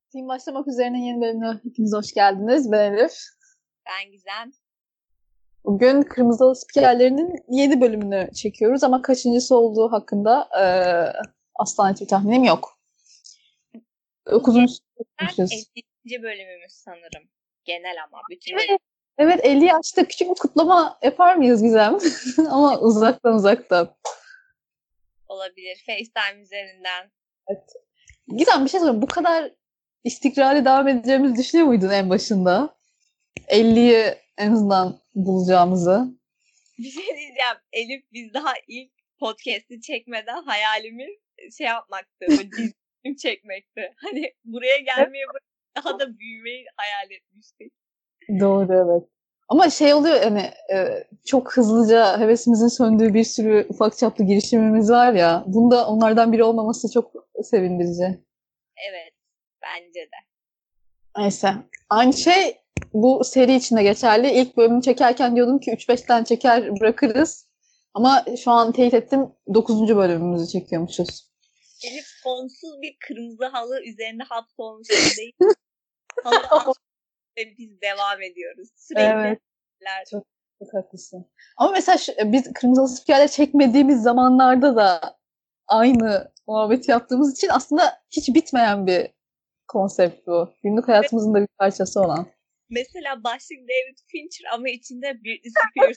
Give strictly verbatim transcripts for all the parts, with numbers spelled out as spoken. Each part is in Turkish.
Film başlamak üzerine yeni bölümüne hepiniz hoş geldiniz. Ben Elif. Ben Gizem. Bugün Kırmızı Halı Spikerleri'nin yedi bölümünü çekiyoruz ama kaçıncısı olduğu hakkında eee asla net bir tahminim yok. Dokuzuncu çekmişiz. ellinci bölümümüz sanırım. Genel ama bütün Evet, bölüm. evet elliyi açtık. Küçük bir kutlama yapar mıyız Gizem? Ama uzaktan uzaktan. Olabilir. FaceTime üzerinden. Evet. Gizem bir şey sorayım. Bu kadar istikrarlı devam edeceğimizi düşünüyor muydun en başında? elliyi en azından bulacağımızı. Bir şey diyeceğim. Elif biz daha ilk podcast'i çekmeden hayalimiz şey yapmaktı. Böyle dizi çekmekti. Hani buraya gelmeye daha da büyümeyi hayal etmiştik. Doğru, evet. Ama şey oluyor hani e, çok hızlıca hevesimizin söndüğü bir sürü ufak çaplı girişimimiz var ya. Bunda onlardan biri olmaması çok sevindirici. Evet. Bence de. Neyse. Aynı şey bu seri içinde geçerli. İlk bölümü çekerken diyordum ki üç beş tane çeker bırakırız. Ama şu an teyit ettim dokuzuncu bölümümüzü çekiyormuşuz. Elif sonsuz bir kırmızı halı üzerinde hapsolmuş gibi değil. Halı ve biz devam ediyoruz. Sürekli. Evet. Çok, çok haklısın. Ama mesela şu, biz Kırmızı Halı Spikerleri çekmediğimiz zamanlarda da aynı muhabbeti yaptığımız için aslında hiç bitmeyen bir konsept bu. Günlük hayatımızın da bir parçası olan. Mesela başlık David Fincher ama içinde Britney Spears.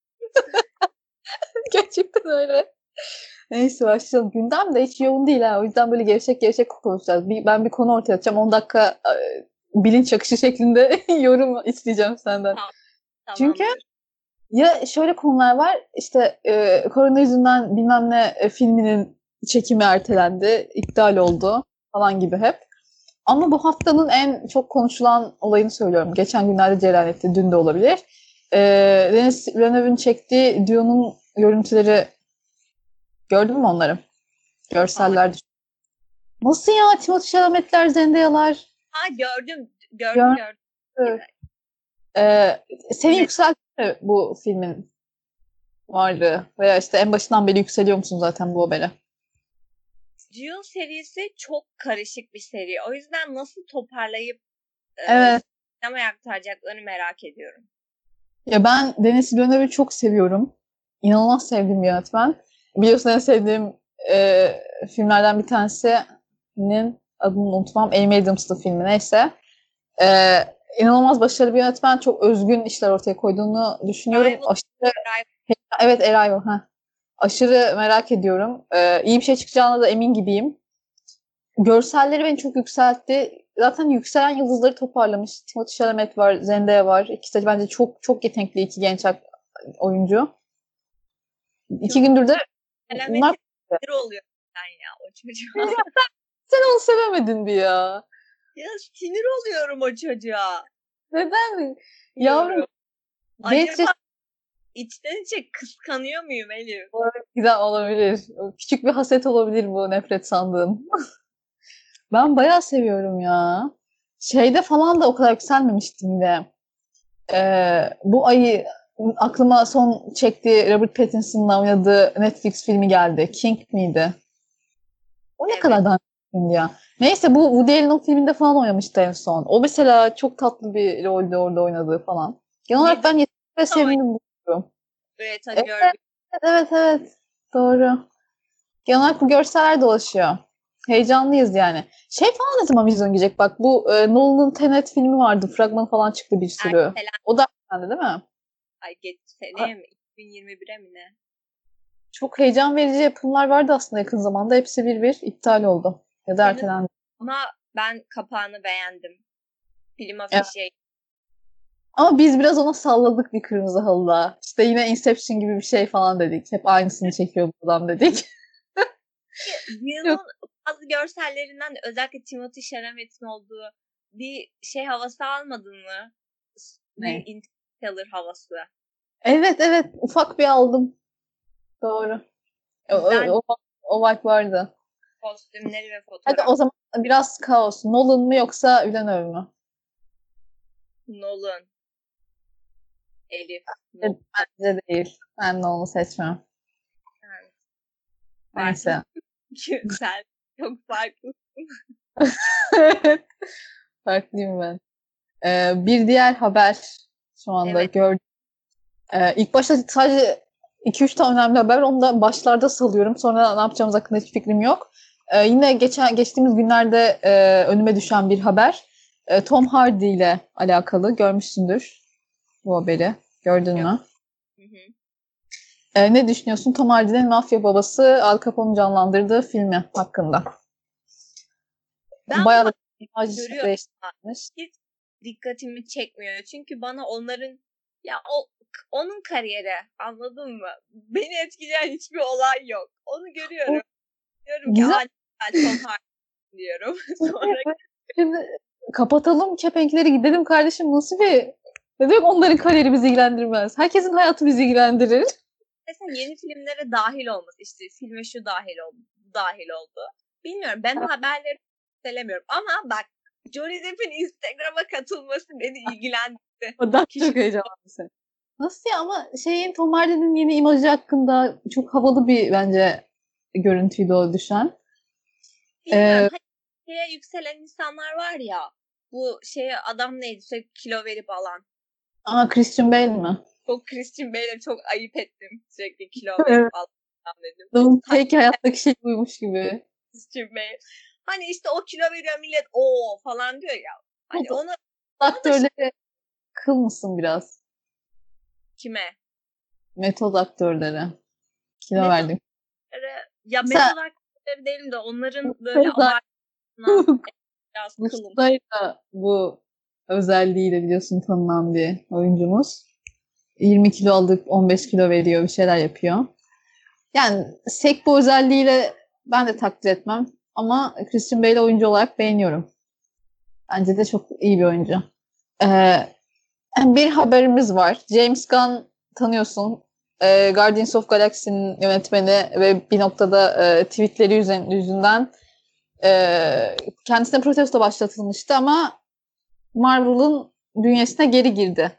Gerçekten öyle. Neyse başlayalım. Gündem de hiç yoğun değil ha. O yüzden böyle gevşek gevşek konuşacağız. Bir, ben bir konu ortaya atacağım. on dakika e, bilinç akışı şeklinde yorum isteyeceğim senden. Tamam, Çünkü ya şöyle konular var. İşte e, korona yüzünden bilmem ne e, filminin çekimi ertelendi, iptal oldu falan gibi hep. Ama bu haftanın en çok konuşulan olayını söylüyorum. Geçen günlerde cereyan etti, dün de olabilir. E, Denis Villeneuve'ün çektiği Dune'un görüntüleri gördün mü onları? Görseller. Nasıl ya? Timothée Chalamet'ler, Zendaya'lar. Ha gördüm, gördüm, Gör- gördüm. Evet. Ee, seni Evet. yükseltti mi bu filmin varlığı? Veya işte en başından beri yükseliyor musun zaten bu habere? Dune serisi çok karışık bir seri. O yüzden nasıl toparlayıp e, Evet. sinemaya aktaracaklarını merak ediyorum. Ya ben Denis Villeneuve'ü çok seviyorum. İnanılmaz sevdiğim bir yönetmen. Biliyorsun en sevdiğim e, filmlerden bir tanesinin adını unutmam. Amy Adams'lı filmi neyse. E, inanılmaz başarılı bir yönetmen. Çok özgün işler ortaya koyduğunu düşünüyorum. Rival, Aşırı, Rival. evet Arrival. Heh. Aşırı merak ediyorum. E, iyi bir şey çıkacağına da emin gibiyim. Görselleri beni çok yükseltti. Zaten yükselen yıldızları toparlamış. Timothée Chalamet var, Zendaya var. İkisi de bence çok çok yetenekli iki genç oyuncu. İki gündür de bunlar... Chalamet'in oluyor ben ya o çocuğa. Sen onu sevemedin bir ya. Ya sinir oluyorum o çocuğa. Neden? Yavrum. Acaba içten içe kıskanıyor muyum Elif? Güzel olabilir. Küçük bir haset olabilir bu nefret sandığım. Ben bayağı seviyorum ya. Şeyde falan da o kadar yükselmemiştim yine. Ee, bu ayı aklıma son çektiği Robert Pattinson'la oynadığı Netflix filmi geldi. King miydi? O ne Evet. kadar daha filmdi ya. Neyse bu Woody Allen'ın filminde falan oynamıştı en son. O mesela çok tatlı bir rolde orada oynadığı falan. Genel olarak ben yetenekli ve sevimli buluyorum. Greta Evet, Gerwig. evet, evet. Doğru. Genel olarak bu görseller dolaşıyor. Heyecanlıyız yani. Şey falan ne zaman vizyona girecek? Bak bu e, Nolan'ın Tenet filmi vardı. Fragman falan çıktı bir sürü. Ertelen. O da ertelendi değil mi? Ay geç seneye mi? iki bin yirmi bire mi ne? Çok heyecan verici yapımlar vardı aslında yakın zamanda. Hepsi bir bir iptal oldu. Ya da ertelendi. Ama ben kapağını beğendim. Film Evet. afişi. Ama biz biraz ona salladık bir kırmızı halıda. İşte yine Inception gibi bir şey falan dedik. Hep aynısını çekiyor bu adam dedik. Dune'un bazı görsellerinden özellikle Timothée Chalamet'in olduğu bir şey havası almadın mı? Ne? Bir Interstellar havası. Evet, evet. Ufak bir aldım. Doğru. O, o, o, o vibe vardı. Kostümleri ve Hadi fotoğraf. o zaman biraz kaos. Nolan mı yoksa Villeneuve mü? Nolan. Elif. Evet, bence değil. Ben Nolan'ı seçmem. Evet. Neyse. Sen çok farklı. Farklıyım ben. Ee, bir diğer haber şu anda Evet. gördüm. Ee, ilk başta sadece iki üç tane önemli haber. Onu da başlarda salıyorum. Sonra ne yapacağımız hakkında hiç fikrim yok. Ee, yine geçen geçtiğimiz günlerde e, önüme düşen bir haber. E, Tom Hardy ile alakalı. Görmüşsündür bu haberi. Gördün Yok. mü? Hı hı. E, ne düşünüyorsun Tom Hardy'nin mafya babası Al Capone'u canlandırdığı filmi hakkında? Ben Bayağı bu da imaj görüyorum ama değiştirmiş. hiç dikkatimi çekmiyor. Çünkü bana onların ya o onun kariyeri, anladın mı? Beni etkileyen hiçbir olay yok. Onu görüyorum. Diyorum ki Güzel. aa güzel, Tom Hardy diyorum. Sonra Şimdi kapatalım kepenkleri gidelim kardeşim. Nasıl bir... Ne demek onların kariyeri bizi ilgilendirmez? Herkesin hayatı bizi ilgilendirir. mesela yeni filmlere dahil olması, işte filme şu dahil oldu, bu dahil oldu. Bilmiyorum, ben o haberleri söylemiyorum ama bak, Johnny Depp'in Instagram'a katılması beni ilgilendirdi. O da Kişi- çok heyecanlı sen. Nasıl ya, ama şeyin Tom Hardy'nin yeni imajı hakkında çok havalı bir bence görüntüydü o düşen. Bilmiyorum, Ee, hani şeye yükselen insanlar var ya, bu şeye adam neydi, sürekli kilo verip alan. aa, Christian Bale mi? Çok Christian Bale'e çok ayıp ettim, sürekli kilo Evet. verip alan dedim. Onun Hayır, tek hayattaki şey buymuş gibi. Christian Bale. Hani işte o kilo veriyor millet o falan diyor ya. Hani onu Aktörleri kıl mısın biraz? kime? Metod aktörleri. Kilo Metod verdim. ya Sen metod aktörleri değilim de onların böyle abartısına biraz kılım. Mustafa da bu özelliğiyle biliyorsun tanınan bir oyuncumuz. yirmi kilo alıp on beş kilo veriyor, bir şeyler yapıyor. Yani Sek bu özelliğiyle ben de takdir etmem. Ama Christian Bale'i oyuncu olarak beğeniyorum. Bence de çok iyi bir oyuncu. Ee, bir haberimiz var. James Gunn tanıyorsun. Ee, Guardians of Galaxy'nin yönetmeni ve bir noktada e, tweetleri yüzünden, yüzünden e, kendisine protesto başlatılmıştı ama Marvel'ın bünyesine geri girdi.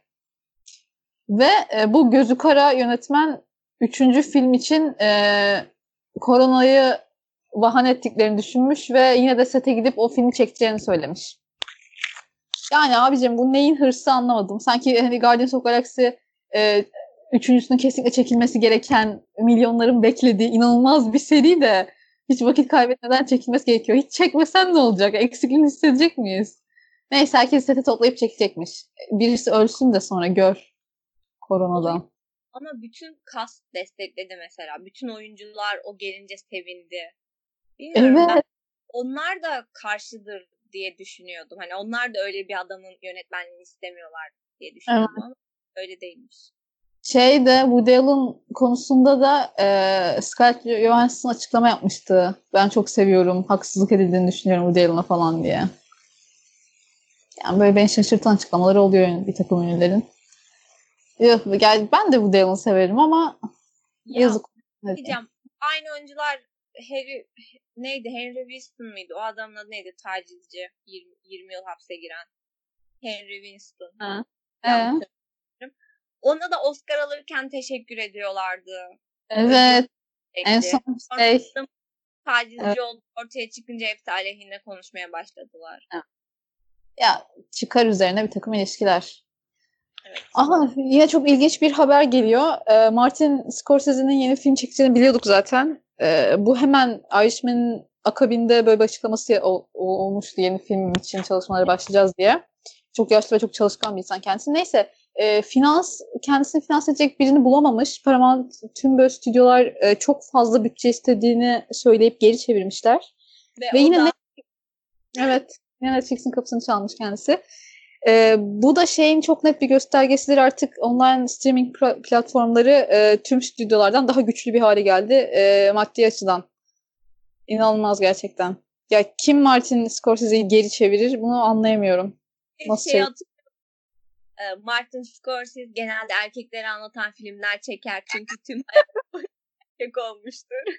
Ve e, bu gözü kara yönetmen üçüncü film için e, koronayı bahane ettiklerini düşünmüş ve yine de sete gidip o filmi çekeceğini söylemiş. Yani abicim bu neyin hırsı anlamadım. Sanki hani Guardians of Galaxy e, üçüncüsünün kesinlikle çekilmesi gereken, milyonların beklediği inanılmaz bir seri de hiç vakit kaybetmeden çekilmesi gerekiyor. Hiç çekmesen ne olacak? Eksikliğini hissedecek miyiz? Neyse, herkes sete toplayıp çekecekmiş. Birisi ölsün de sonra gör koronadan. Ama bütün cast destekledi mesela. Bütün oyuncular o gelince sevindi. Bilmiyorum, Evet. ben onlar da karşıdır diye düşünüyordum. Hani onlar da öyle bir adamın yönetmenliğini istemiyorlar diye düşünüyordum Evet. ama öyle değilmiş. Şey de Woody Allen konusunda da e, Scarlett Johansson açıklama yapmıştı. Ben çok seviyorum, haksızlık edildiğini düşünüyorum Woody Allen'a falan diye. Yani böyle beni şaşırtan açıklamaları oluyor bir takım ünlülerin. Yok, yani ben de Woody Allen'ı severim ama Ya yazık. Ne diyeyim. diyeceğim, aynı oyuncular Harry neydi? Henry Winston mıydı? O adamın adı neydi? Tacizci. yirmi, yirmi yıl hapse giren. Henry Winston. Ha. Yanlış Ee, hatırlıyorum. Ona da Oscar alırken teşekkür ediyorlardı. evet. En Ödül son Sonra şey adam tacizci evet, olduğu ortaya çıkınca hepsi aleyhinde konuşmaya başladılar. ya çıkar üzerine bir takım ilişkiler. Evet. Aha, yine çok ilginç bir haber geliyor. Ee, Martin Scorsese'nin yeni film çekeceğini biliyorduk zaten. Ee, bu hemen Irishman'in akabinde böyle bir açıklaması ol, olmuştu, yeni film için çalışmalara başlayacağız diye. Çok yaşlı ve çok çalışkan bir insan kendisi. Neyse, e, finans kendisini finanse edecek birini bulamamış. Paramount tüm böyle stüdyolar e, çok fazla bütçe istediğini söyleyip geri çevirmişler. Ve, Ve o yine da ne, evet, yine Netflix'in kapısını çalmış kendisi. Ee, bu da şeyin çok net bir göstergesidir. Artık online streaming pra- platformları e, tüm stüdyolardan daha güçlü bir hale geldi e, maddi açıdan. İnanılmaz gerçekten. Ya kim Martin Scorsese'yi geri çevirir bunu anlayamıyorum. Nasıl şey şey? hatırlıyorum. Martin Scorsese genelde erkekleri anlatan filmler çeker. Çünkü tüm hayatı erkek olmuştur.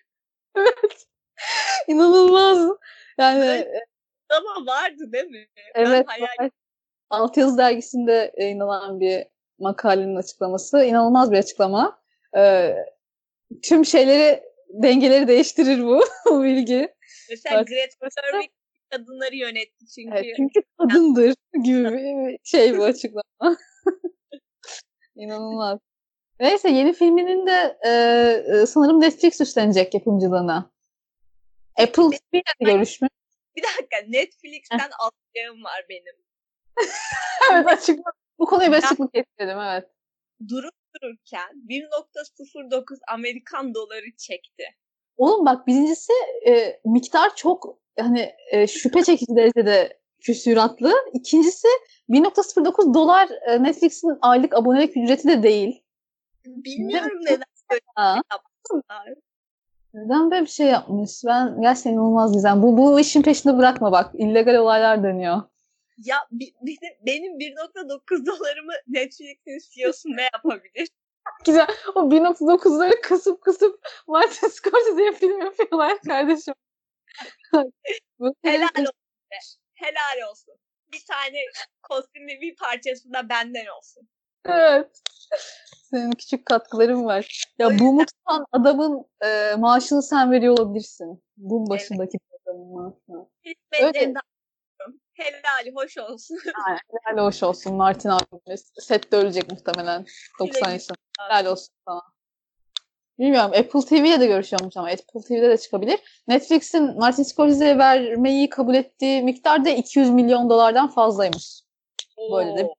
İnanılmaz. Yani Böyle, ama vardı değil mi? evet, Ben hayal var. Altyazı dergisinde yayınlanan bir makalenin açıklaması. İnanılmaz bir açıklama. Ee, tüm şeyleri, dengeleri değiştirir bu, bu bilgi. mesela Greta Gerwig kadınları yönetti çünkü. Evet, çünkü kadındır gibi bir şey bu açıklama. İnanılmaz. Neyse yeni filminin de e, e, sanırım Netflix üstlenecek yapımcılığına. Apple T V'yle de görüşmüş. Bir dakika, Netflix'ten alacağım var benim. Evet, açıklık. Bu konuyu bir açıklık getirelim, evet. Durup dururken bir virgül sıfır dokuz Amerikan doları çekti. Oğlum bak, birincisi e, miktar çok hani e, şüphe çekici derecede küsuratlı. İkincisi bir virgül sıfır dokuz dolar e, Netflix'in aylık abonelik ücreti de değil. Bilmiyorum neden böyle Ha. yaptılar. Neden böyle bir şey yapmış? Ben gerçekten inanılmaz güzel. Bu, bu işin peşinde bırakma bak. İllegal olaylar dönüyor. Ya bi- benim, benim bir virgül dokuz dolarımı Netflix'in C E O'su ne yapabilir? Güzel. O bir virgül dokuzları kısıp kısıp Martin Scorsese'ye film yapıyorlar kardeşim. Helal olsun be. Helal olsun. Bir tane kostümlü bir parçası da benden olsun. Evet. Senin küçük katkıların var. Ya bu mutfağın adamın e, maaşını sen veriyor olabilirsin. Bu başındaki evet. Adamın maaşını. Hizmetlerini helal hoş olsun. Aynen. Helal hoş olsun Martin abimiz. Sette ölecek muhtemelen. doksan yaşında. Helal olsun sana. Bilmiyorum. Apple T V'ye de görüşüyormuş ama Apple T V'de de çıkabilir. Netflix'in Martin Scorsese'ye vermeyi kabul ettiği miktar da iki yüz milyon dolardan fazlaymış. Oo. Böyle de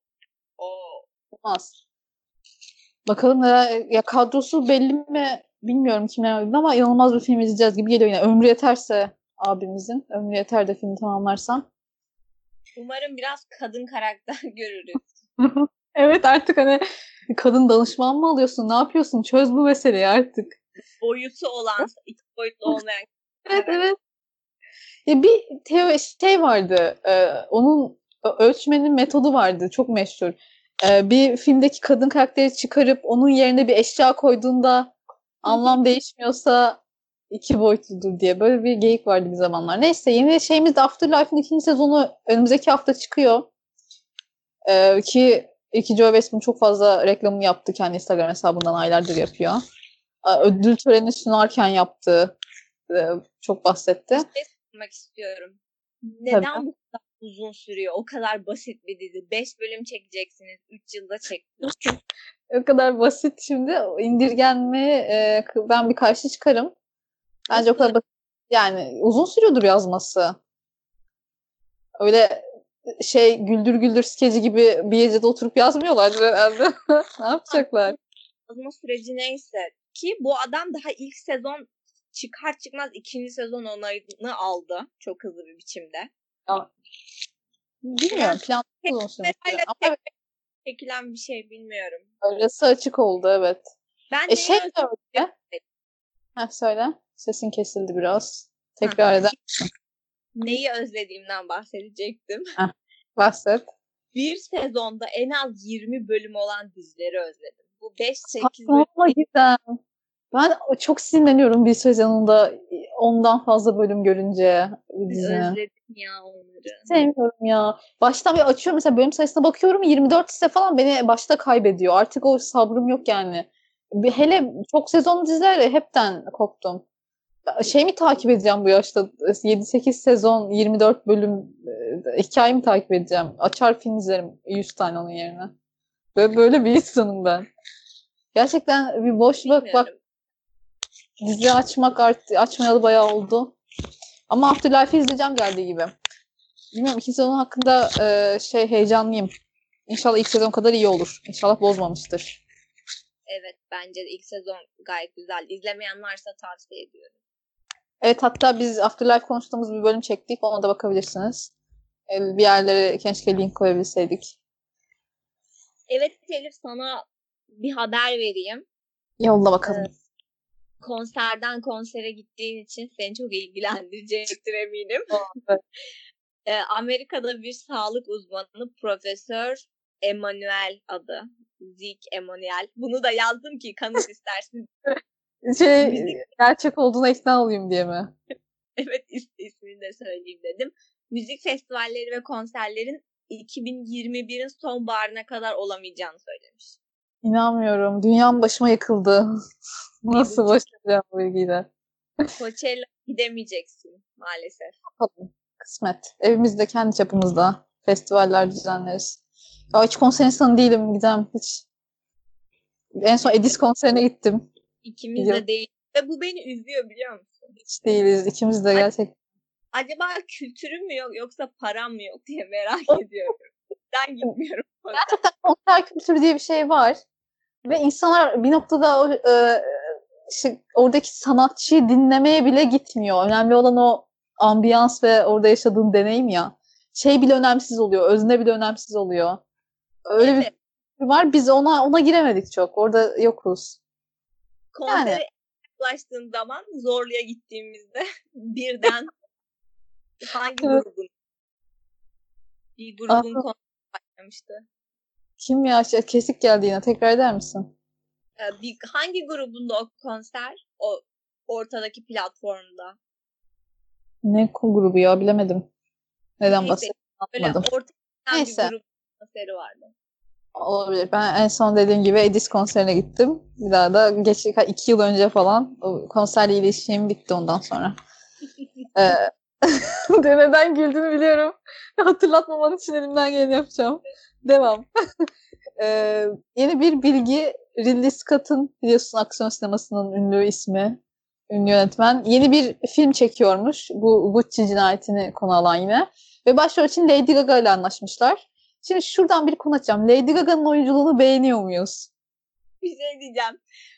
olmaz. Bakalım neler, ya kadrosu belli mi bilmiyorum kimler oynadı ama inanılmaz bir film izleyeceğiz gibi geliyor yine. Ömrü yeterse abimizin. Ömrü yeter de filmi tamamlarsam. Umarım biraz kadın karakter görürüz. Evet, artık hani kadın danışman mı alıyorsun? Ne yapıyorsun? Çöz bu meseleyi artık. Boyutu olan, iki boyutlu olmayan. Evet, evet. Ya bir teo şey vardı. E, onun ölçmenin metodu vardı. Çok meşhur. E, bir filmdeki kadın karakteri çıkarıp onun yerine bir eşya koyduğunda anlam değişmiyorsa iki boyutludur diye. Böyle bir geyik vardı bir zamanlar. Neyse, yeni şeyimiz de Afterlife'ın ikinci sezonu önümüzdeki hafta çıkıyor. E, ki iki Joe West bunu çok fazla reklamını yaptı. Kendi Instagram hesabından aylardır yapıyor. E, ödül töreni sunarken yaptı. E, çok bahsetti. Bir şey sormak istiyorum. Neden Tabii. bu kadar uzun sürüyor? O kadar basit bir dizi. Beş bölüm çekeceksiniz. Üç yılda çektiniz. O kadar basit şimdi. İndirgenme e, ben bir karşı çıkarım. Bence Nasıl? O kadar basit. Yani uzun sürüyordur yazması. Öyle şey güldür güldür skeci gibi bir gecede oturup yazmıyorlar herhalde. Ne yapacaklar? Yazma süreci neyse. Ki bu adam daha ilk sezon çıkar çıkmaz ikinci sezon onayını aldı. Çok hızlı bir biçimde. Ya, bilmiyorum. Plan uzun sürmüştü. Ama çekilen bir şey bilmiyorum. Arası açık oldu, evet. Ben e şey öyle. Heh, söyle. Sesin kesildi biraz. Tekrar eder misin? Neyi özlediğimden bahsedecektim. Heh, bahset. Bir sezonda en az yirmi bölüm olan dizileri özledim. Bu beş sekiz bölüm. Güzel. Ben çok sinirleniyorum bir sezonunda ondan fazla bölüm görünce dizinin. Özledim ya onları. Sevmiyorum ya. Baştan bir açıyorum mesela, bölüm sayısına bakıyorum, yirmi dört ise falan beni başta kaybediyor. Artık o sabrım yok yani. Bir, hele çok sezonlu diziler hepten koptum. Şey mi takip edeceğim bu yaşta? yedi sekiz sezon, yirmi dört bölüm hikaye mi takip edeceğim? Açar film izlerim yüz tane onun yerine. Böyle, böyle bir insanım ben. Gerçekten bir boş bak bak. Dizi açmak artık açmayalı bayağı oldu. Ama Afterlife'ı izleyeceğim geldiği gibi. Bilmiyorum, ikinci sezon hakkında e, şey heyecanlıyım. İnşallah ilk sezon kadar iyi olur. İnşallah bozmamıştır. Evet, bence de ilk sezon gayet güzel. İzlemeyen varsa tavsiye ediyorum. Evet, hatta biz Afterlife konuştuğumuz bir bölüm çektik. Ona da bakabilirsiniz. Bir yerlere keşke link koyabilseydik. Evet Elif, sana bir haber vereyim. Yolla bakalım. Ee, konserden konsere gittiğin için seni çok ilgilendirecektir eminim. Evet. ee, Amerika'da bir sağlık uzmanı Profesör Emanuel adı. Zeke Emanuel. Bunu da yazdım ki kanıt istersin. Şey, Müzik... gerçek olduğuna ikna olayım diye mi? Evet, is- ismini de söyleyeyim dedim. Müzik festivalleri ve konserlerin iki bin yirmi birin sonbaharına kadar olamayacağını söylemiş. İnanmıyorum. Dünyam başıma yıkıldı. Nasıl başlayacağım bu bilgiyle? Coachella gidemeyeceksin maalesef. Kapatalım. Kısmet. Evimizde, kendi çapımızda festivaller düzenleriz. Ya hiç konser insanı değilim, gidem hiç. En son Edis konserine gittim. İkimiz de değil. Ve bu beni üzüyor, biliyor musun? Hiç değiliz. İkimiz de gerçekten. Acaba kültürüm mü yok yoksa param mı yok diye merak ediyorum. Ben gitmiyorum. Gerçekten konser kültürü diye bir şey var. Ve insanlar bir noktada o, e, işte oradaki sanatçıyı dinlemeye bile gitmiyor. Önemli olan o ambiyans ve orada yaşadığın deneyim ya. Şey bile önemsiz oluyor. Özne bile önemsiz oluyor. Öyle evet. bir var. Biz ona ona giremedik çok. Orada yokuz. Konsere yani. Yaklaştığım zaman Zorlu'ya gittiğimizde birden hangi grubun? Bir grubun konseri başlamıştı. Kim ya? Kesik geldi yine. Tekrar eder misin? Bir, hangi grubunda o konser? O ortadaki platformda. Ne grubu ya? Bilemedim. Neden bahsettim? Böyle ortada bir grup konseri vardı. Olabilir. Ben en son dediğim gibi Edis konserine gittim. Bir daha da geç, iki yıl önce falan o konserle ilişkim bitti ondan sonra. ee, neden güldüğünü biliyorum. Hatırlatmaman için elimden geleni yapacağım. Devam. ee, yeni bir bilgi, Ridley Scott'ın, biliyorsun, aksiyon sinemasının ünlü ismi, ünlü yönetmen, yeni bir film çekiyormuş. Bu Gucci cinayetini konu alan yine. Ve başrol için Lady Gaga ile anlaşmışlar. Şimdi şuradan bir konu açacağım. Lady Gaga'nın oyunculuğunu beğeniyor muyuz? Bir şey diyeceğim.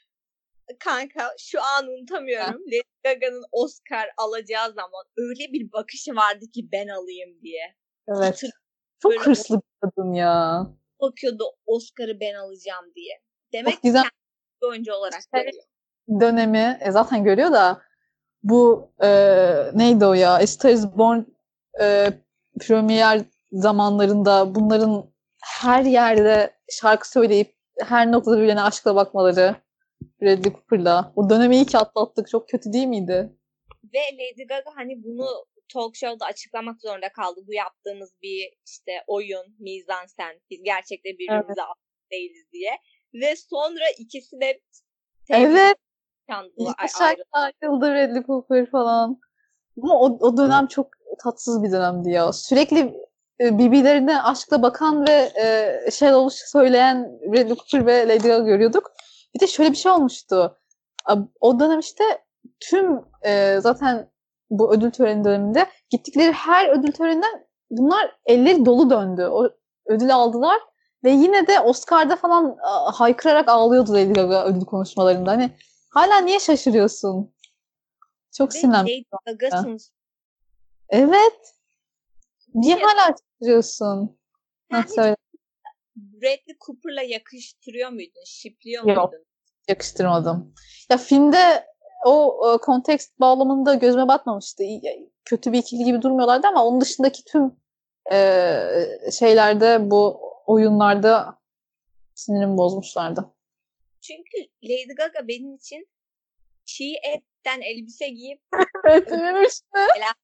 Kanka şu an unutamıyorum. Ha. Lady Gaga'nın Oscar alacağı zaman öyle bir bakışı vardı ki ben alayım diye. Evet. Hatır, Çok böyle hırslı bir kadın ya. Bakıyordu Oscar'ı ben alacağım diye. Demek ki kendi oyuncu olarak görüyor. Dönemi e, zaten görüyor da bu e, neydi o ya? A Star is Born e, premier zamanlarında bunların her yerde şarkı söyleyip her noktada birbirine aşkla bakmaları, Bradley Cooper'la. O dönemi iyi ki atlattık. Çok kötü değil miydi? Ve Lady Gaga hani bunu talk show'da açıklamak zorunda kaldı. Bu yaptığımız bir işte oyun, mizansen. Biz gerçekten birbirimize evet. aşık değiliz diye. Ve sonra ikisi de evet. Şarkı ayrıldı Bradley Cooper falan. Ama o, o dönem çok tatsız bir dönemdi ya. Sürekli birbirlerine aşkla bakan ve e, şey oluş söyleyen Bradley Cooper ve Lady Gaga görüyorduk. Bir de şöyle bir şey olmuştu. O dönem işte tüm e, zaten bu ödül töreni döneminde gittikleri her ödül töreninden bunlar elleri dolu döndü. O ödülü aldılar ve yine de Oscar'da falan a, haykırarak ağlıyordu Lady Gaga ödül konuşmalarında. Hani hala niye şaşırıyorsun? Çok sinirlendim. Lady Gaga'sın. Evet. Niye hala şaşırıyorsun? Sen hiç Bradley Cooper'la yakıştırıyor muydun? Şipliyor muydun? Yok. Yakıştırmadım. Ya filmde o kontekst bağlamında gözüme batmamıştı. Kötü bir ikili gibi durmuyorlardı ama onun dışındaki tüm e, şeylerde, bu oyunlarda sinirimi bozmuşlardı. Çünkü Lady Gaga benim için çiğ etten elbise giyip evet, benim işte.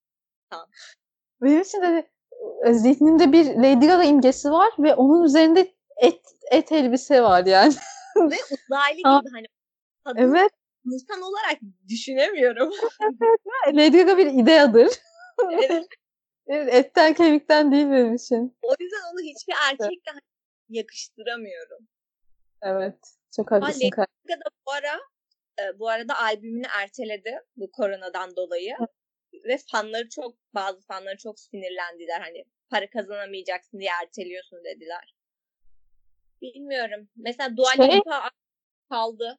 Benim için de zihnimde bir Lady Gaga imgesi var ve onun üzerinde et et elbise var yani. Ve uzaylı gibi hani kadın evet. insan olarak düşünemiyorum. evet, Lady Gaga bir ideadır. Evet. Etten kemikten değil benim için. O yüzden onu hiçbir erkekle evet. yakıştıramıyorum. Evet. Çok haklısın. Lady Gaga da bu ara bu arada albümünü erteledi bu koronadan dolayı. Evet. Ve fanları çok, bazı fanları çok sinirlendiler. Hani para kazanamayacaksın diye erteliyorsun dediler. Bilmiyorum. Mesela Dua Lipa şey, kaldı.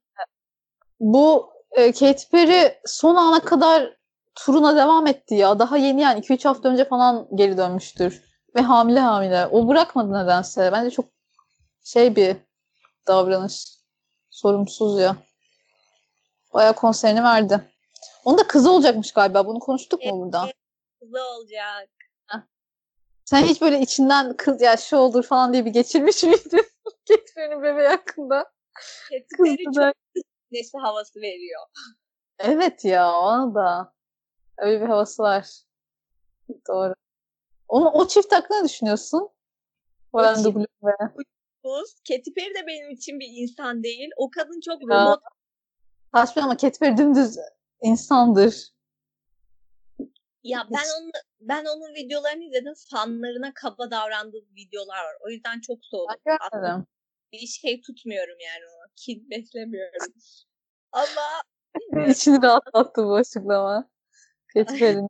Bu e, Katy Perry son ana kadar turuna devam etti ya. Daha yeni yani iki üç hafta önce falan geri dönmüştür. Ve hamile hamile. O bırakmadı nedense. Bence çok şey bir davranış. Sorumsuz ya. Bayağı konserini verdi. Onun da kızı olacakmış galiba. Bunu konuştuk evet, mu burada? Kızı olacak. Heh. Sen hiç böyle içinden kız ya şu olur falan diye bir geçirmiş miydin? Katy bebeği hakkında. Katy çok nesi havası veriyor. Evet ya, ona da. Öyle bir havası var. Doğru. Onu, o çift hakkında ne düşünüyorsun? Orlando Bloom ve Katy Perry de benim için bir insan değil. O kadın çok ya. robot. Saçma ama Katy Perry dümdüz insandır. Ya ben onu ben onun videolarını izledim. Fanlarına kaba davrandığı videolar var. O yüzden çok soğudum. Ben Aslında görmedim. bir şey tutmuyorum yani ona. Kin beslemiyorum. Ama bilmiyorum. İçini rahatlattı bu açıklama. Katy Perry'nin.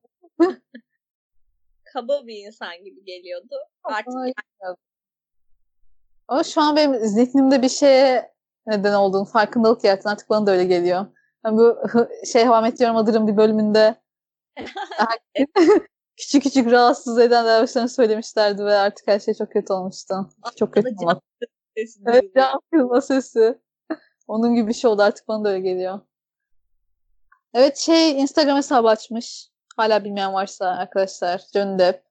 Kaba bir insan gibi geliyordu. Artık Ay, ama şu an benim zihnimde bir şeye neden olduğunu farkındalık yarattın. Artık bana da öyle geliyor. Yani bu şey How I Met Your Mother'ın bir bölümünde küçük küçük rahatsız eden davranışlarını söylemişlerdi ve artık her şey çok kötü olmuştu. Çok kötü can olmak. sesi Evet, duyuluyor. can kırma sesi. Onun gibi bir şey oldu. Artık bana da öyle geliyor. Evet, şey Instagram hesabı açmış. Hala bilmeyen varsa arkadaşlar. Johnny Depp.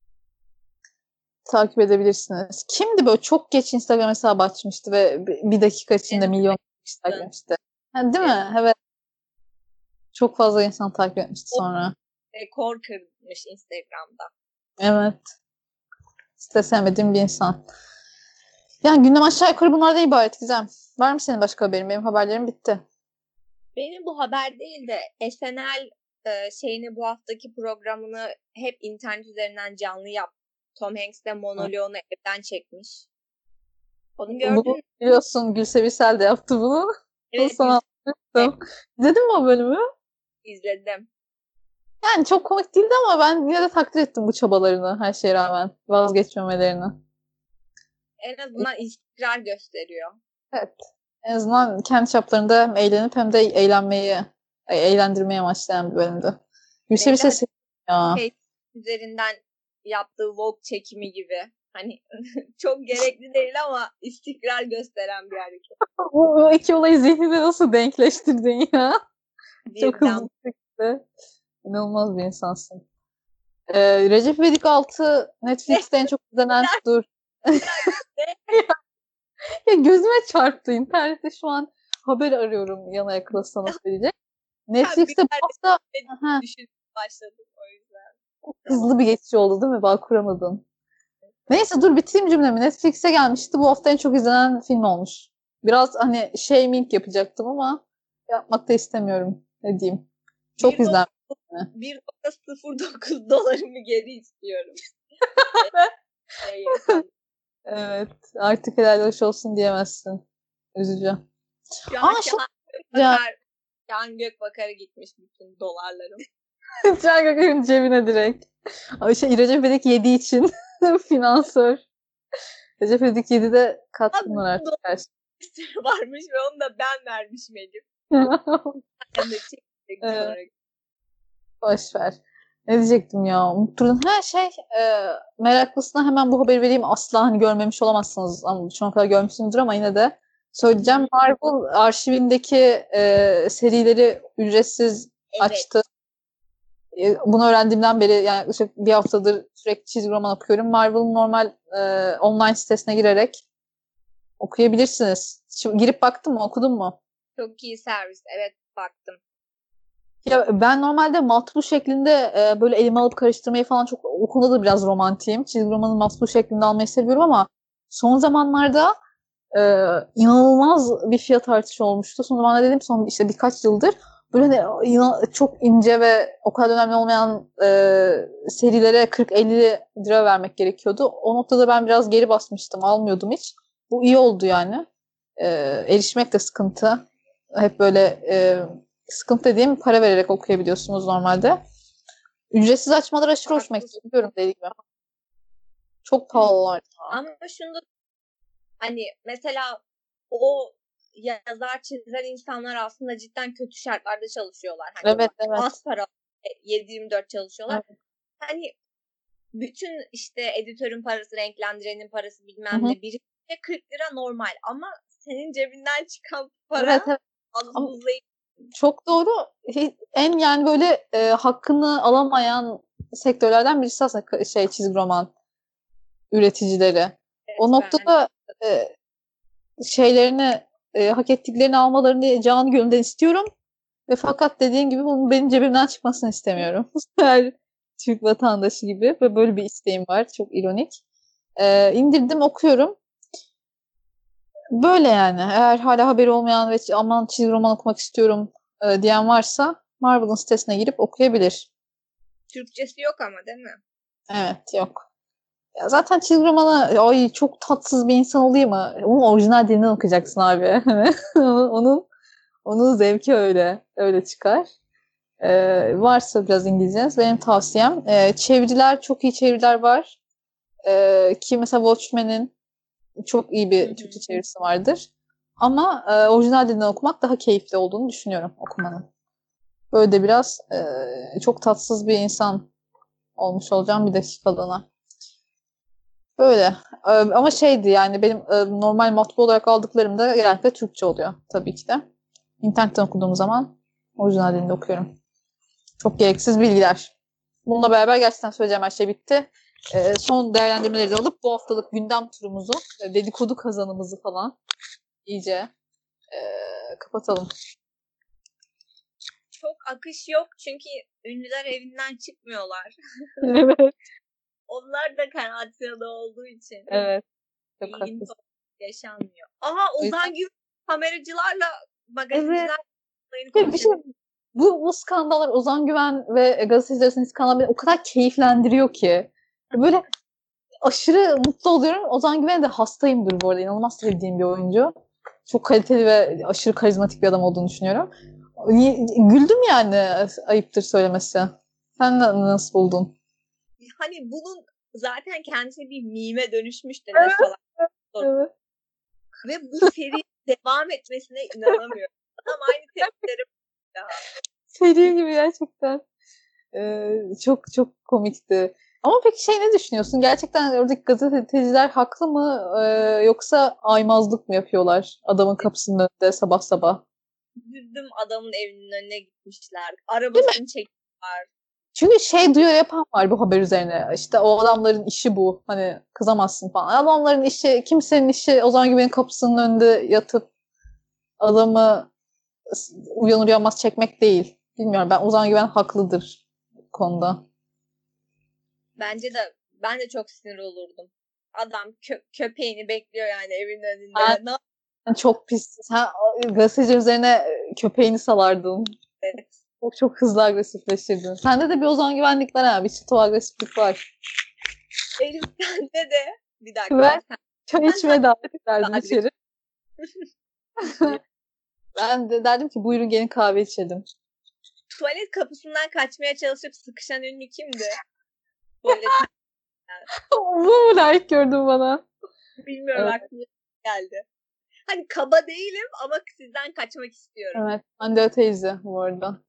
Takip edebilirsiniz. Kimdi böyle çok geç Instagram hesabı açmıştı ve bir dakika içinde milyon kişi takip etmişti. Ha, değil mi? Evet. Çok fazla insan takip etmişti sonra. Rekor kırmış Instagram'da. Evet. Hiç de sevmediğim bir insan. Yani gündem aşağı yukarı bunlardan ibaret Gizem. Var mı senin başka haberin? Benim haberlerim bitti. Benim bu haber değil de S N L e, şeyini bu haftaki programını hep internet üzerinden canlı yap. Tom Hanks de monoloğunu evden çekmiş. Onu gördün Bunu mü? biliyorsun Gülse Birsel de yaptı bunu. Bunu Evet, sana anlatmıştım. İzledin mi o bölümü? izledim. Yani çok komik değildi ama ben yine de takdir ettim bu çabalarını her şeye rağmen. Vazgeçmemelerini. En azından istikrar gösteriyor. Evet. En azından kendi çaplarında hem eğlenip hem de eğlenmeyi, e, eğlendirmeyi amaçlayan bir bölümdü. Gülse Belli Birsel ya. şey üzerinden yaptığı vlog çekimi gibi. Hani çok gerekli değil ama istikrar gösteren bir hareket. Bu, bu iki olayı zihninde nasıl denkleştirdin ya? Çok Birden. hızlı bir şekilde. İnanılmaz bir insansın. Ee, Recep İvedik altı Netflix'te en çok izlenen... Dur. Ya gözüme çarptı. İnternette şu an haber arıyorum yana yakıla sana söyleyecek. Netflix'te bu hafta aha, Düşünmeye başladım o yüzden. hızlı bir geçiş oldu değil mi? Bağ kuramadın. Neyse dur bitireyim cümlemi. Netflix'e gelmişti. Bu hafta en çok izlenen film olmuş. Biraz hani shaming yapacaktım ama yapmak da istemiyorum. Ne diyeyim. Çok izlenmiş. bir nokta sıfır dokuz dolarımı geri istiyorum. Evet. Artık helal hoş olsun diyemezsin. Üzücü. Şu Ama an şu Can, Can Gökbakar'a gitmiş bütün dolarlarım. Can Gökberk'in cebine direkt. Ay şey Recep İvedik yediği için finansör. Recep İvedik yedide katkınlar artık her şey. Varmış ve onu da ben vermişim Elif. Hem de çekecek Evet. olarak. Boş ver. Ne diyecektim ya? Unutturdun. Her şey e, meraklısına hemen bu haberi vereyim. Asla hani görmemiş olamazsınız. Ama şu ana kadar görmüşsünüzdür ama yine de söyleyeceğim. Marvel arşivindeki e, serileri ücretsiz Evet. açtı. E, bunu öğrendiğimden beri yani yaklaşık bir haftadır sürekli çizgi roman okuyorum. Marvel'ın normal e, online sitesine girerek okuyabilirsiniz. Şimdi girip baktın mı? Okudun mu? Çok iyi servis. Evet, baktım. Ya ben normalde matbu şeklinde e, böyle elime alıp karıştırmayı falan çok o konuda da biraz romantiyim. Çizgi romanı matbu şeklinde almayı seviyorum ama son zamanlarda e, inanılmaz bir fiyat artışı olmuştu. Son zamanlarda dedim son işte birkaç yıldır böyle hani inan- çok ince ve o kadar önemli olmayan e, serilere kırk elli lira vermek gerekiyordu. O noktada ben biraz geri basmıştım. Almıyordum hiç. Bu iyi oldu yani. E, erişmek de sıkıntı. Hep böyle e, sıkıntı dediğim para vererek okuyabiliyorsunuz normalde. Ücretsiz açmalar aşırı hoşuma gitti. Biliyorum dediğim gibi. Çok pahalılar. Ama şunu da hani mesela o yazar çizer insanlar aslında cidden kötü şartlarda çalışıyorlar. Hani Evet, evet. az para yedi yirmi dört çalışıyorlar. Evet. Hani bütün işte editörün parası, renklendirenin parası bilmem Hı hı. ne biri kırk lira normal ama senin cebinden çıkan para Evet, evet. az Ama buz değil. çok doğru. En yani böyle e, hakkını alamayan sektörlerden birisi aslında ka- şey çizgi roman üreticileri. Evet, O ben noktada e, şeylerini e, hak ettiklerini almalarını canı gönülden istiyorum. Ve fakat dediğin gibi bunun benim cebimden çıkmasını istemiyorum. Her Türk vatandaşı gibi. Ve böyle bir isteğim var. Çok ironik. E, indirdim okuyorum. Böyle yani. Eğer hala haberi olmayan ve aman çizgi roman okumak istiyorum e, diyen varsa Marvel'ın sitesine girip okuyabilir. Türkçesi yok ama değil mi? Evet, yok. Ya zaten çizgi romanı ay çok tatsız bir insan olayım mı? Onu orijinal dilinden okuyacaksın abi. onun onun zevki öyle öyle çıkar. Ee, varsa biraz İngilizceniz benim tavsiyem. Ee, çeviriler çok iyi çeviriler var. Ee, ki mesela Watchmen'in çok iyi Hı bir hı. Türkçe çevirisi vardır. Ama e, orijinal dilinden okumak daha keyifli olduğunu düşünüyorum okumanın. Böyle de biraz e, çok tatsız bir insan olmuş olacağım bir dakikalığına. Böyle. E, ama şeydi yani benim e, normal matbu olarak aldıklarım da genellikle Türkçe oluyor tabii ki de. İnternetten okuduğum zaman orijinal dilinde okuyorum. Çok gereksiz bilgiler. Bununla beraber gerçekten söyleyeceğim her şey bitti. E, son değerlendirmeleri de alıp bu haftalık gündem turumuzu, e, dedikodu kazanımızı falan iyice e, kapatalım. Çok akış yok çünkü ünlüler evinden çıkmıyorlar. Evet. Onlar da karantinada olduğu için Evet. Çok ilginç haklısın. yaşanmıyor. Aha O yüzden... Ozan Güven kameracılarla Evet. magazinciler olayını Bir bir şey konuşuyor. bu, bu skandallar Ozan Güven ve gazeteciler arasındaki skandal beni o kadar keyiflendiriyor ki. Böyle aşırı mutlu oluyorum. Ozan Güven'e de hastayımdır bu arada. İnanılmaz sevdiğim bir oyuncu. Çok kaliteli ve aşırı karizmatik bir adam olduğunu düşünüyorum. Güldüm yani ayıptır söylemesi. Sen nasıl buldun? Hani bunun zaten kendisi bir mime dönüşmüş de ne Evet, falan. evet. Ve bu seri devam etmesine inanamıyorum. Adam aynı tepkileri daha. Seri gibi gerçekten. Ee, çok çok komikti. Ama peki şey ne düşünüyorsun? Gerçekten oradaki gazeteciler haklı mı? Ee, yoksa aymazlık mı yapıyorlar adamın kapısının önünde sabah sabah? Üzüldüm adamın evinin önüne gitmişler. Değil mi? Arabasını çektiler. Çünkü şey duyuyor yapan var bu haber üzerine. İşte o adamların işi bu. Hani kızamazsın falan. Adamların işi, kimsenin işi Ozan Güven'in kapısının önünde yatıp adamı uyanır uyanmaz çekmek değil. Bilmiyorum, ben Ozan Güven haklıdır bu konuda. Bence de ben de çok sinir olurdum. Adam kö- köpeğini bekliyor yani evin önünde. Ne Ben çok pis. Sen gazeteci üzerine köpeğini salardın. yapacak? Çok çok hızlı agresifleştirdin. Sende de bir Ozan Güvenlik var ha. Bir çıtı agresiflik var. Elif sende de bir dakika. Ben Sen, çay sen içmeye hangi davet ederdim agresif içeri. Ben de derdim ki buyurun gelin kahve içelim. tuvalet kapısından kaçmaya çalışıp sıkışan ünlü kimdi? Tuvaletten. Bu mu layık gördün bana? Bilmiyorum Evet. aklıma geldi. Hani kaba değilim ama sizden kaçmak istiyorum. Evet. Hande teyze bu arada.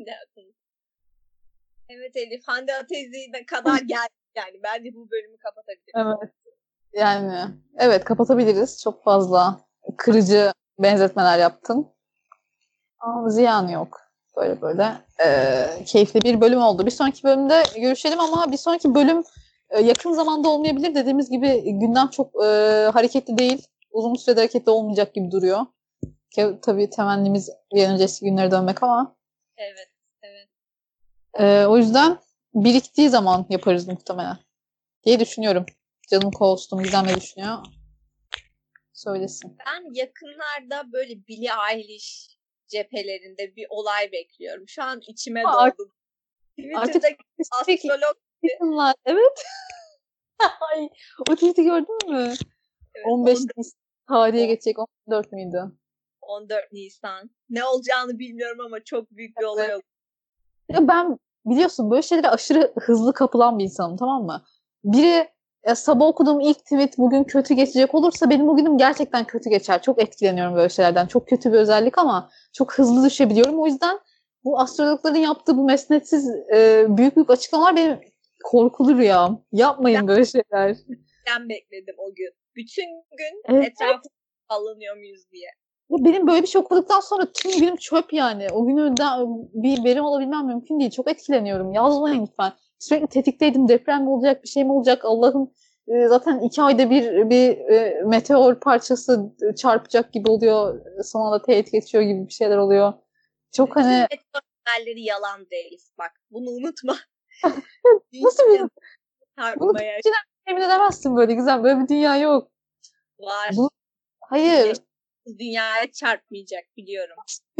Evet Elif, Hande Atezi'ne kadar geldi yani. Bence bu bölümü kapatabiliriz. Evet. Yani evet kapatabiliriz. Çok fazla kırıcı benzetmeler yaptın. Ama ziyanı yok. Böyle böyle e, keyifli bir bölüm oldu. Bir sonraki bölümde görüşelim ama bir sonraki bölüm e, yakın zamanda olmayabilir. Dediğimiz gibi gündem çok e, hareketli değil. Uzun sürede hareketli olmayacak gibi duruyor. Ki, tabii temennimiz bir an öncesi günlere dönmek ama Evet, evet. e, o yüzden biriktiği zaman yaparız muhtemelen diye düşünüyorum. Canım Coğust'um Gizem ne düşünüyor? Söylesin. Ben yakınlarda böyle Billie Eilish cephelerinde bir olay bekliyorum. Şu an içime Art- doldu. Artık Twitter'da astrolog Kesinler. Evet. Ay, o tweet'i gördün mü? evet, on beş on dört, Nisan tarihe geçecek. on dört müydü? on dört Nisan. Ne olacağını bilmiyorum ama çok büyük bir olay Evet. oldu. Ya ben biliyorsun böyle şeylere aşırı hızlı kapılan bir insanım, tamam mı? Biri ya, sabah okuduğum ilk tweet bugün kötü geçecek olursa benim bugünüm gerçekten kötü geçer. Çok etkileniyorum böyle şeylerden. Çok kötü bir özellik ama çok hızlı düşebiliyorum. O yüzden bu astrologların yaptığı bu mesnetsiz e, büyük büyük açıklamalar benim korkulu rüyam. Yapmayın böyle şeyler. Ben bekledim o gün. Bütün gün Evet. etrafı sallanıyor muyuz diye. Benim böyle bir şey okuduktan sonra tüm günüm çöp yani. O gününden bir verim alabilmem mümkün değil. Çok etkileniyorum. Yazmayın lütfen. Sürekli tetikteydim. Deprem mi olacak, bir şey mi olacak? Allah'ım e, zaten iki ayda bir bir e, meteor parçası çarpacak gibi oluyor. Son anda teyit geçiyor gibi bir şeyler oluyor. Çok Bütün hani meteor haberleri yalan değil. Bak bunu unutma. nasıl bir bunu Çarpmaya düşünen emin edemezsin böyle güzel. Böyle bir dünya yok. var. Bu hayır. Dünyaya çarpmayacak biliyorum.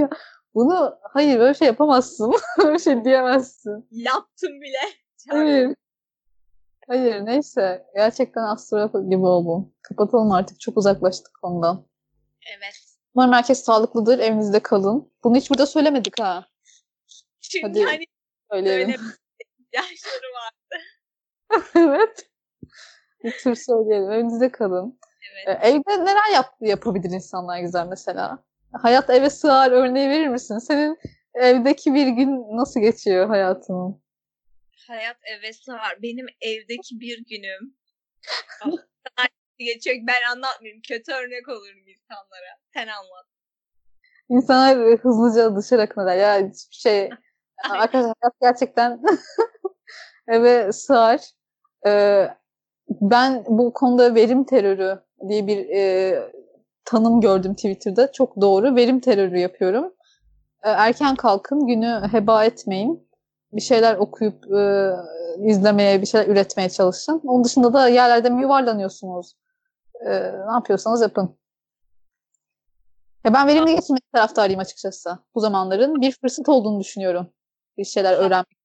Bunu hayır böyle şey yapamazsın. Böyle şey diyemezsin. Yaptım bile. Hayır. Hayır neyse. Gerçekten astronot gibi oldum. Kapatalım artık. Çok uzaklaştık ondan. Evet. Umarım herkes sağlıklıdır. Evinizde kalın. Bunu hiç burada söylemedik ha. Çünkü Hadi hani söyleyelim. böyle yaşları var. Evet. Bir tür söyleyelim. Evinizde kalın. Evet. Ee, Evde neler yap yapabilir insanlar güzel mesela? Hayat eve sığar örneği verir misin? Senin evdeki bir gün nasıl geçiyor hayatının? Hayat eve sığar. Benim evdeki bir günüm. Ah, geçiyor. Ben anlatmayayım. Kötü örnek olurum insanlara. Sen anlat. İnsanlar hızlıca dışarı akın eder. Ya hiçbir şey... Ay, Arkadaşlar hayat gerçekten eve sığar. Ee, ben bu konuda verim terörü diye bir e, tanım gördüm Twitter'da. Çok doğru. Verim terörü yapıyorum. Ee, erken kalkın, günü heba etmeyin. Bir şeyler okuyup e, izlemeye, bir şeyler üretmeye çalışın. Onun dışında da yerlerde mi yuvarlanıyorsunuz? Ee, ne yapıyorsanız yapın. Ya ben verimli geçirmek taraftarıyım açıkçası. Bu zamanların bir fırsat olduğunu düşünüyorum. Bir şeyler öğrenmek.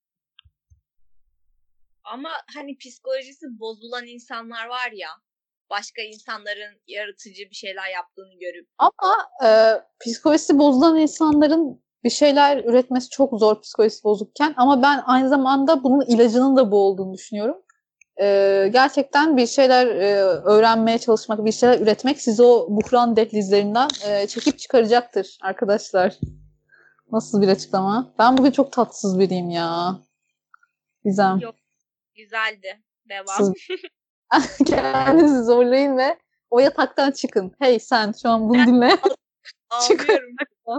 ama hani psikolojisi bozulan insanlar var ya. Başka insanların yaratıcı bir şeyler yaptığını görüp. Ama e, psikolojisi bozulan insanların bir şeyler üretmesi çok zor psikolojisi bozukken. Ama ben aynı zamanda bunun ilacının da bu olduğunu düşünüyorum. E, gerçekten bir şeyler e, öğrenmeye çalışmak, bir şeyler üretmek sizi o buhran dehlizlerinden e, çekip çıkaracaktır arkadaşlar. Nasıl bir açıklama? Ben bugün çok tatsız biriyim ya. Gizem. Yok, güzeldi. Devam. Siz kendinizi zorlayın ve o yataktan çıkın. Hey sen şu an bunu dinle. Çık Ağlıyorum.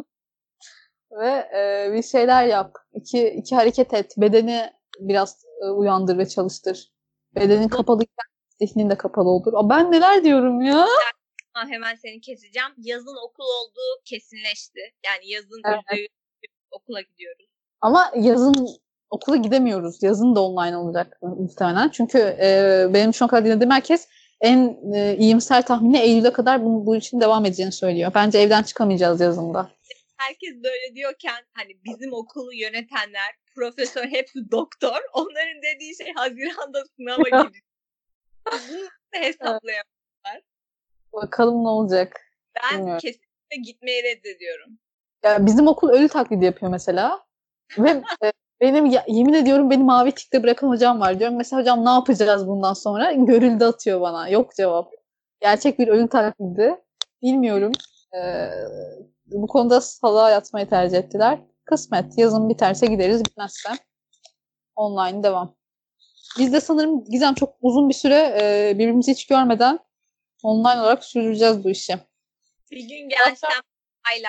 ve e, bir şeyler yap. İki, iki hareket et. Bedeni biraz e, uyandır ve çalıştır. Bedenin kapalıyken zihnin de kapalı olur. Aa, ben neler diyorum ya? Ha, hemen seni keseceğim. Yazın okul olduğu kesinleşti. Yani yazın Evet. yüzde yüz okula gidiyoruz. Ama yazın okula gidemiyoruz. Yazın da online olacak muhtemelen. Çünkü e, benim şu an kadar dinlediğim herkes en e, iyimser tahmini Eylül'e kadar bu, bu için devam edeceğini söylüyor. Bence evden çıkamayacağız yazında. Herkes böyle diyorken hani bizim okulu yönetenler, profesör, hepsi doktor. Onların dediği şey Haziran'da sınava gidiyor. Bunu hesaplayamıyorlar. Bakalım ne olacak. Ben Bilmiyorum. kesinlikle gitmeyi reddediyorum. Ya bizim okul ölü taklidi yapıyor mesela. Ve e, benim ya, yemin ediyorum beni mavi tikte bırakan hocam var. Diyorum mesela hocam ne yapacağız bundan sonra? Görüldü atıyor bana. Yok cevap. Gerçek bir ölü taklidi. Bilmiyorum. Ee, bu konuda salağa yatmayı tercih ettiler. Kısmet. Yazın biterse gideriz. Bitmezse online devam. Biz de sanırım Gizem çok uzun bir süre e, birbirimizi hiç görmeden online olarak sürdüreceğiz bu işi. Bir gün gelsem Ayla,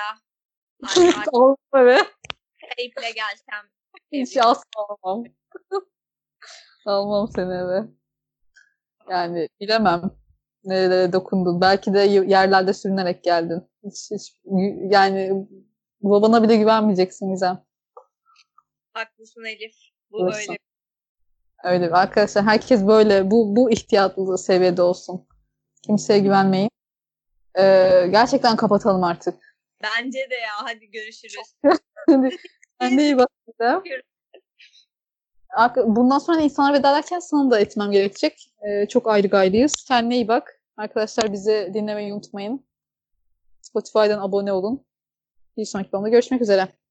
Olma be. Kayıp'le gelsem. Hiç asla almam. Almam seni eve. Yani bilemem nerelere dokundun. Belki de yerlerde sürünerek geldin. Hiç, hiç, yani babana bile güvenmeyeceksin Gizem. Haklısın Elif. Bu Burası. öyle. Öyle. Arkadaşlar herkes böyle bu bu ihtiyatlı seviyede olsun. Kimseye güvenmeyin. Ee, gerçekten kapatalım artık. Bence de ya. Hadi görüşürüz. Kendine iyi bak Gizem. Bundan sonra insanlara veda ederken sana da etmem gerekecek. Ee, çok ayrı gayrıyız. Kendine iyi bak. Arkadaşlar bizi dinlemeyi unutmayın. Spotify'dan abone olun. Bir sonraki bölümde görüşmek üzere.